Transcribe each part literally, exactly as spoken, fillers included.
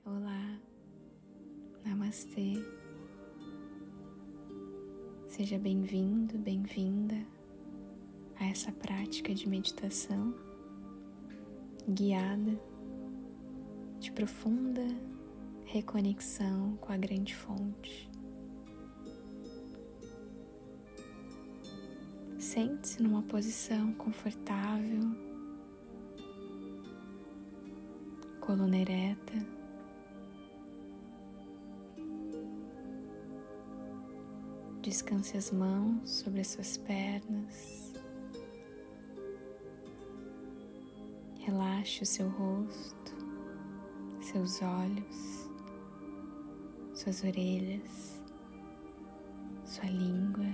Olá, Namastê. Seja bem-vindo, bem-vinda a essa prática de meditação guiada de profunda reconexão com a grande fonte. Sente-se numa posição confortável, coluna ereta. Descanse as mãos sobre as suas pernas. Relaxe o seu rosto, seus olhos, suas orelhas, sua língua.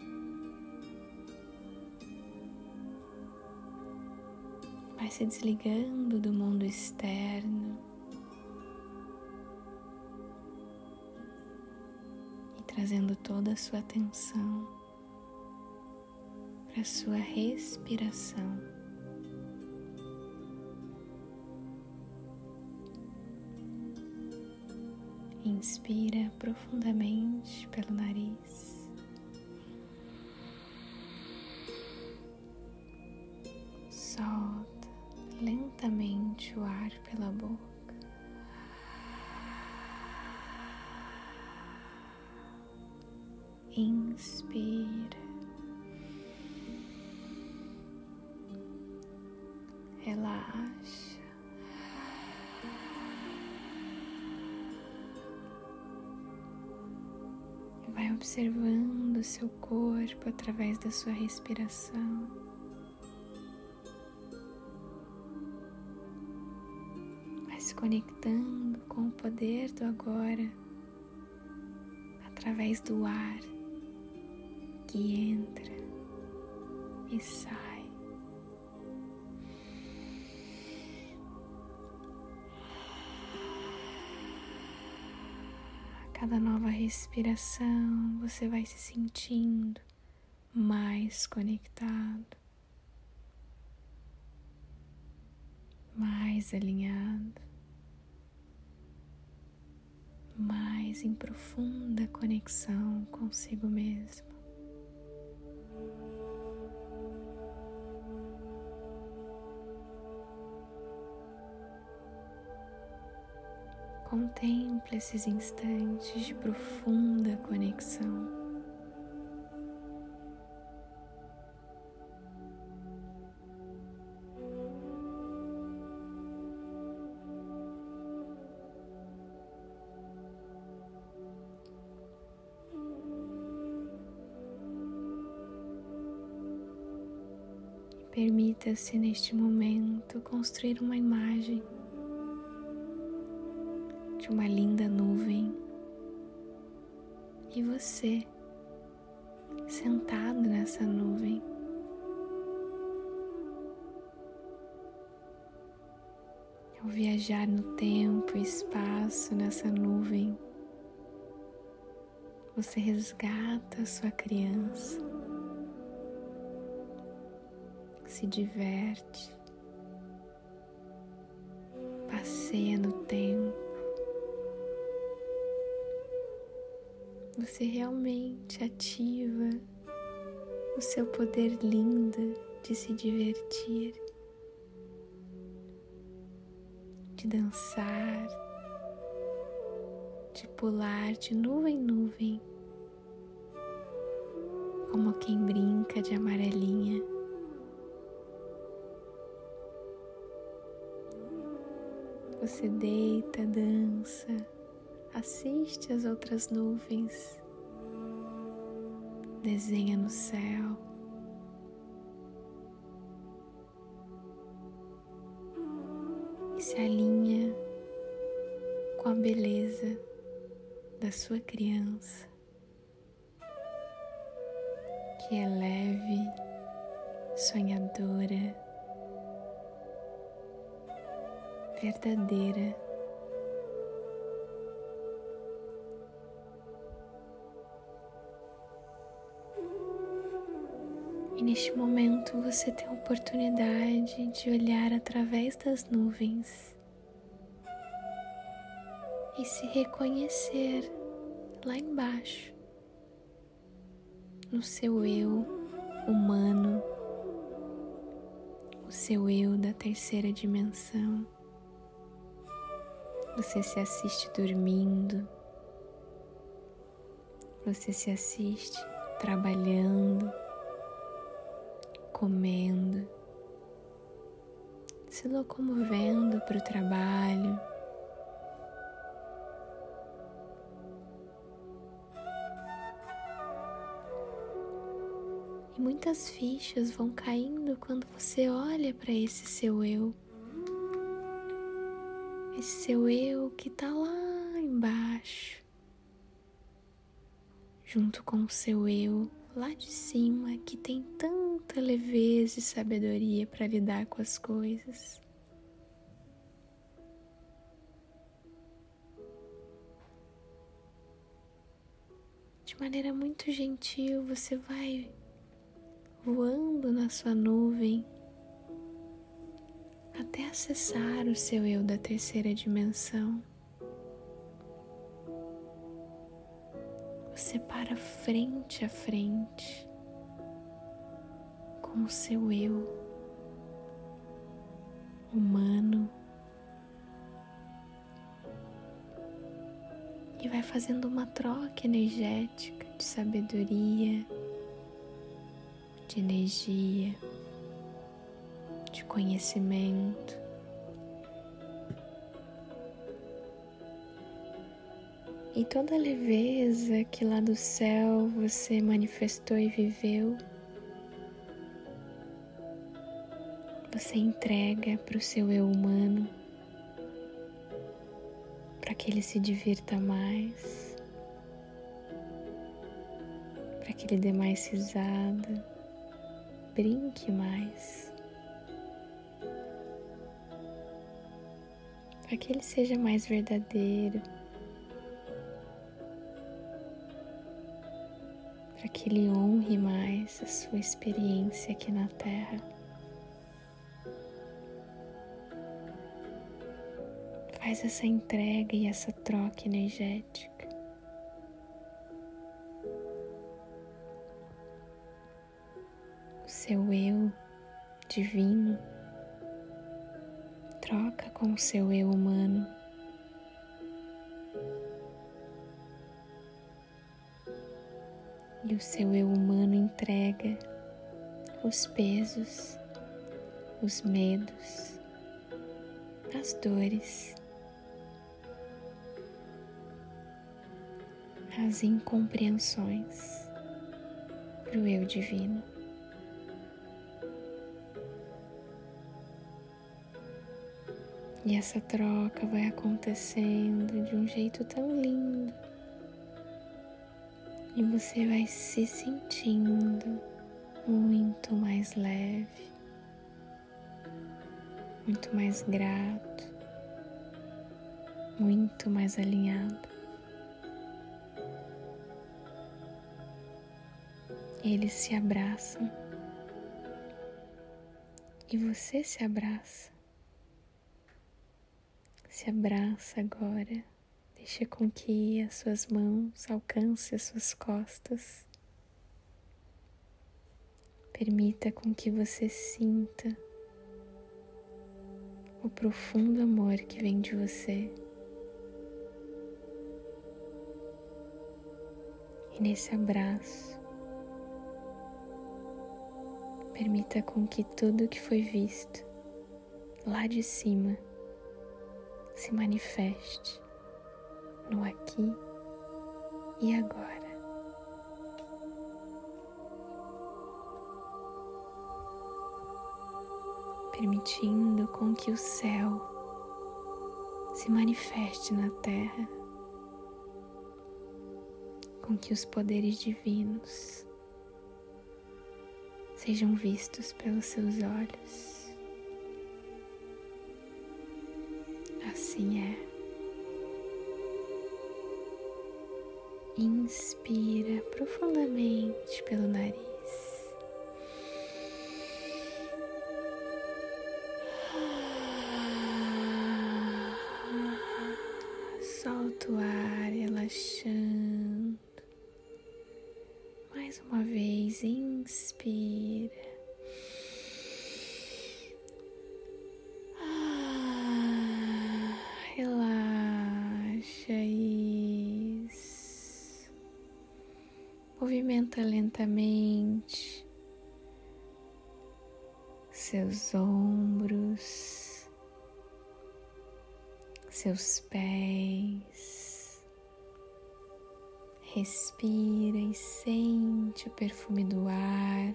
Vai se desligando do mundo externo e trazendo toda a sua atenção para a sua respiração. Inspira profundamente pelo nariz. Solta lentamente o ar pela boca. Inspira. Relaxa. E vai observando o seu corpo através da sua respiração. Vai se conectando com o poder do agora através do ar que entra e sai. A cada nova respiração, você vai se sentindo mais conectado, mais alinhado, mais em profunda conexão consigo mesmo. Contemple esses instantes de profunda conexão. Permita-se neste momento construir uma imagem de uma linda nuvem e você sentado nessa nuvem. Ao viajar no tempo e espaço nessa nuvem, você resgata a sua criança, se diverte, passeia no tempo. Você realmente ativa o seu poder lindo de se divertir, de dançar, de pular de nuvem em nuvem, como quem brinca de amarelinha. Você deita, dança, assiste as outras nuvens, desenha no céu. E se alinha com a beleza da sua criança, que é leve, sonhadora, verdadeira. E neste momento você tem a oportunidade de olhar através das nuvens e se reconhecer lá embaixo, no seu eu humano, o seu eu da terceira dimensão. Você se assiste dormindo, você se assiste trabalhando, comendo, se locomovendo para o trabalho. E muitas fichas vão caindo quando você olha para esse seu eu. Esse seu eu que está lá embaixo, junto com o seu eu lá de cima, que tem tanta leveza e sabedoria para lidar com as coisas. De maneira muito gentil, você vai voando na sua nuvem até acessar o seu eu da terceira dimensão. Você para frente a frente com o seu eu humano e vai fazendo uma troca energética de sabedoria, de energia, de conhecimento. E toda a leveza que lá do céu você manifestou e viveu, você entrega para o seu eu humano, para que ele se divirta mais, para que ele dê mais risada, brinque mais, para que ele seja mais verdadeiro, para que ele honre mais a sua experiência aqui na Terra. Faz essa entrega e essa troca energética. O seu eu divino troca com o seu eu humano. E o seu eu humano entrega os pesos, os medos, as dores, as incompreensões para o eu divino. E essa troca vai acontecendo de um jeito tão lindo. E você vai se sentindo muito mais leve, muito mais grato, muito mais alinhado. Eles se abraçam e você se abraça. Se abraça agora. Deixa com que as suas mãos alcancem as suas costas. Permita com que você sinta o profundo amor que vem de você. E nesse abraço, permita com que tudo que foi visto lá de cima se manifeste no aqui e agora. Permitindo com que o céu se manifeste na terra, com que os poderes divinos sejam vistos pelos seus olhos. Assim é. Inspira profundamente pelo nariz. solta o ar, relaxando. Mais uma vez, inspira. Ah, relaxa, isso. Movimenta lentamente seus ombros, seus pés. Respira e sente o perfume do ar,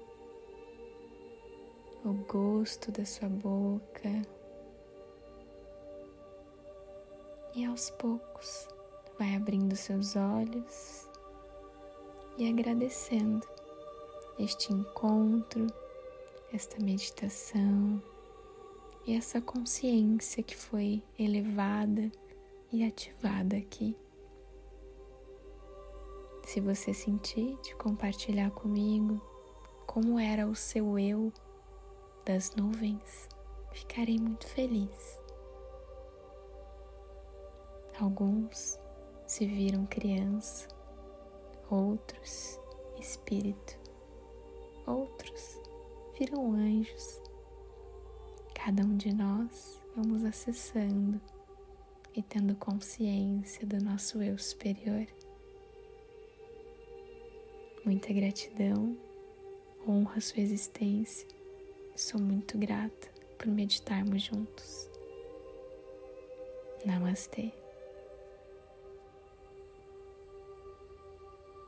o gosto da sua boca. E aos poucos vai abrindo seus olhos e agradecendo este encontro, esta meditação e essa consciência que foi elevada e ativada aqui. Se você sentir de compartilhar comigo como era o seu eu das nuvens, ficarei muito feliz. Alguns se viram criança, outros espírito, outros viram anjos. Cada um de nós vamos acessando e tendo consciência do nosso eu superior. Muita gratidão, honro a sua existência. Sou muito grata por meditarmos juntos. Namastê.